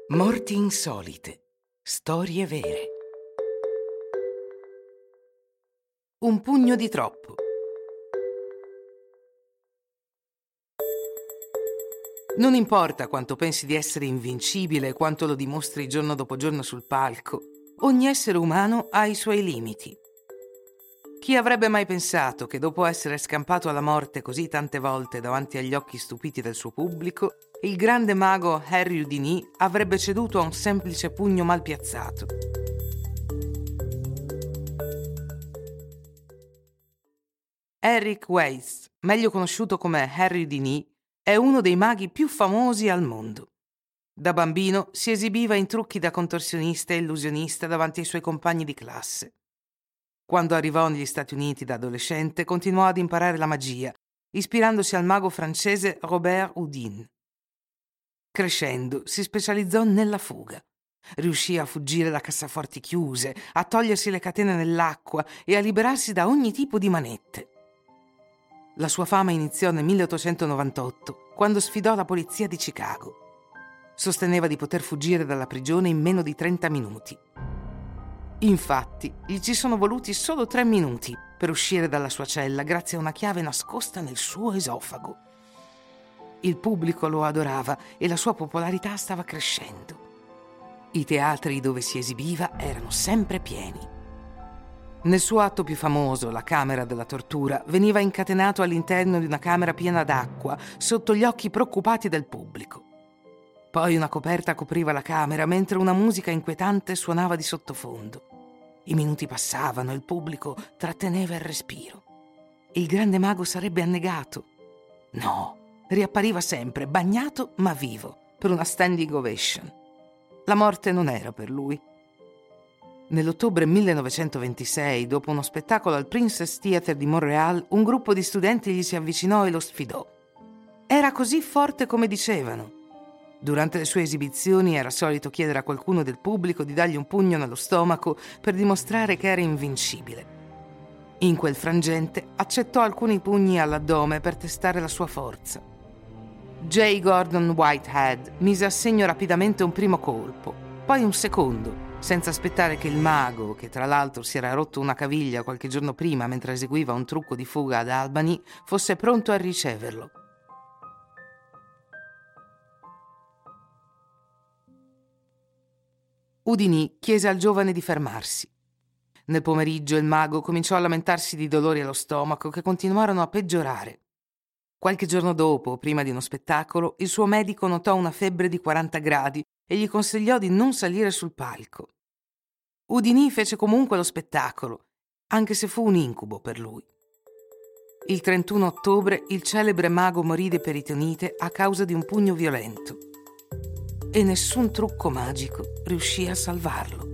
Morti insolite. Storie vere. Un pugno di troppo. Non importa quanto pensi di essere invincibile, quanto lo dimostri giorno dopo giorno sul palco, ogni essere umano ha i suoi limiti. Chi avrebbe mai pensato che dopo essere scampato alla morte così tante volte davanti agli occhi stupiti del suo pubblico, il grande mago Harry Houdini avrebbe ceduto a un semplice pugno mal piazzato? Eric Weiss, meglio conosciuto come Harry Houdini, è uno dei maghi più famosi al mondo. Da bambino si esibiva in trucchi da contorsionista e illusionista davanti ai suoi compagni di classe. Quando arrivò negli Stati Uniti da adolescente, continuò ad imparare la magia, ispirandosi al mago francese Robert Houdin. Crescendo, si specializzò nella fuga. Riuscì a fuggire da cassaforti chiuse, a togliersi le catene nell'acqua e a liberarsi da ogni tipo di manette. La sua fama iniziò nel 1898, quando sfidò la polizia di Chicago. Sosteneva di poter fuggire dalla prigione in meno di 30 minuti. Infatti, gli ci sono voluti solo 3 minuti per uscire dalla sua cella grazie a una chiave nascosta nel suo esofago. Il pubblico lo adorava e la sua popolarità stava crescendo. I teatri dove si esibiva erano sempre pieni. Nel suo atto più famoso, la camera della tortura, veniva incatenato all'interno di una camera piena d'acqua, sotto gli occhi preoccupati del pubblico. Poi una coperta copriva la camera, mentre una musica inquietante suonava di sottofondo. I minuti passavano e il pubblico tratteneva il respiro. Il grande mago sarebbe annegato. No, riappariva sempre, bagnato ma vivo, per una standing ovation. La morte non era per lui. Nell'ottobre 1926, dopo uno spettacolo al Princess Theatre di Montréal, un gruppo di studenti gli si avvicinò e lo sfidò. Era così forte come dicevano. Durante le sue esibizioni era solito chiedere a qualcuno del pubblico di dargli un pugno nello stomaco per dimostrare che era invincibile. In quel frangente accettò alcuni pugni all'addome per testare la sua forza. J. Gordon Whitehead mise a segno rapidamente un primo colpo, poi un secondo, senza aspettare che il mago, che tra l'altro si era rotto una caviglia qualche giorno prima mentre eseguiva un trucco di fuga ad Albany, fosse pronto a riceverlo. Houdini chiese al giovane di fermarsi. Nel pomeriggio il mago cominciò a lamentarsi di dolori allo stomaco che continuarono a peggiorare. Qualche giorno dopo, prima di uno spettacolo, il suo medico notò una febbre di 40 gradi e gli consigliò di non salire sul palco. Houdini fece comunque lo spettacolo, anche se fu un incubo per lui. Il 31 ottobre il celebre mago morì di peritonite a causa di un pugno violento. E nessun trucco magico riuscì a salvarlo.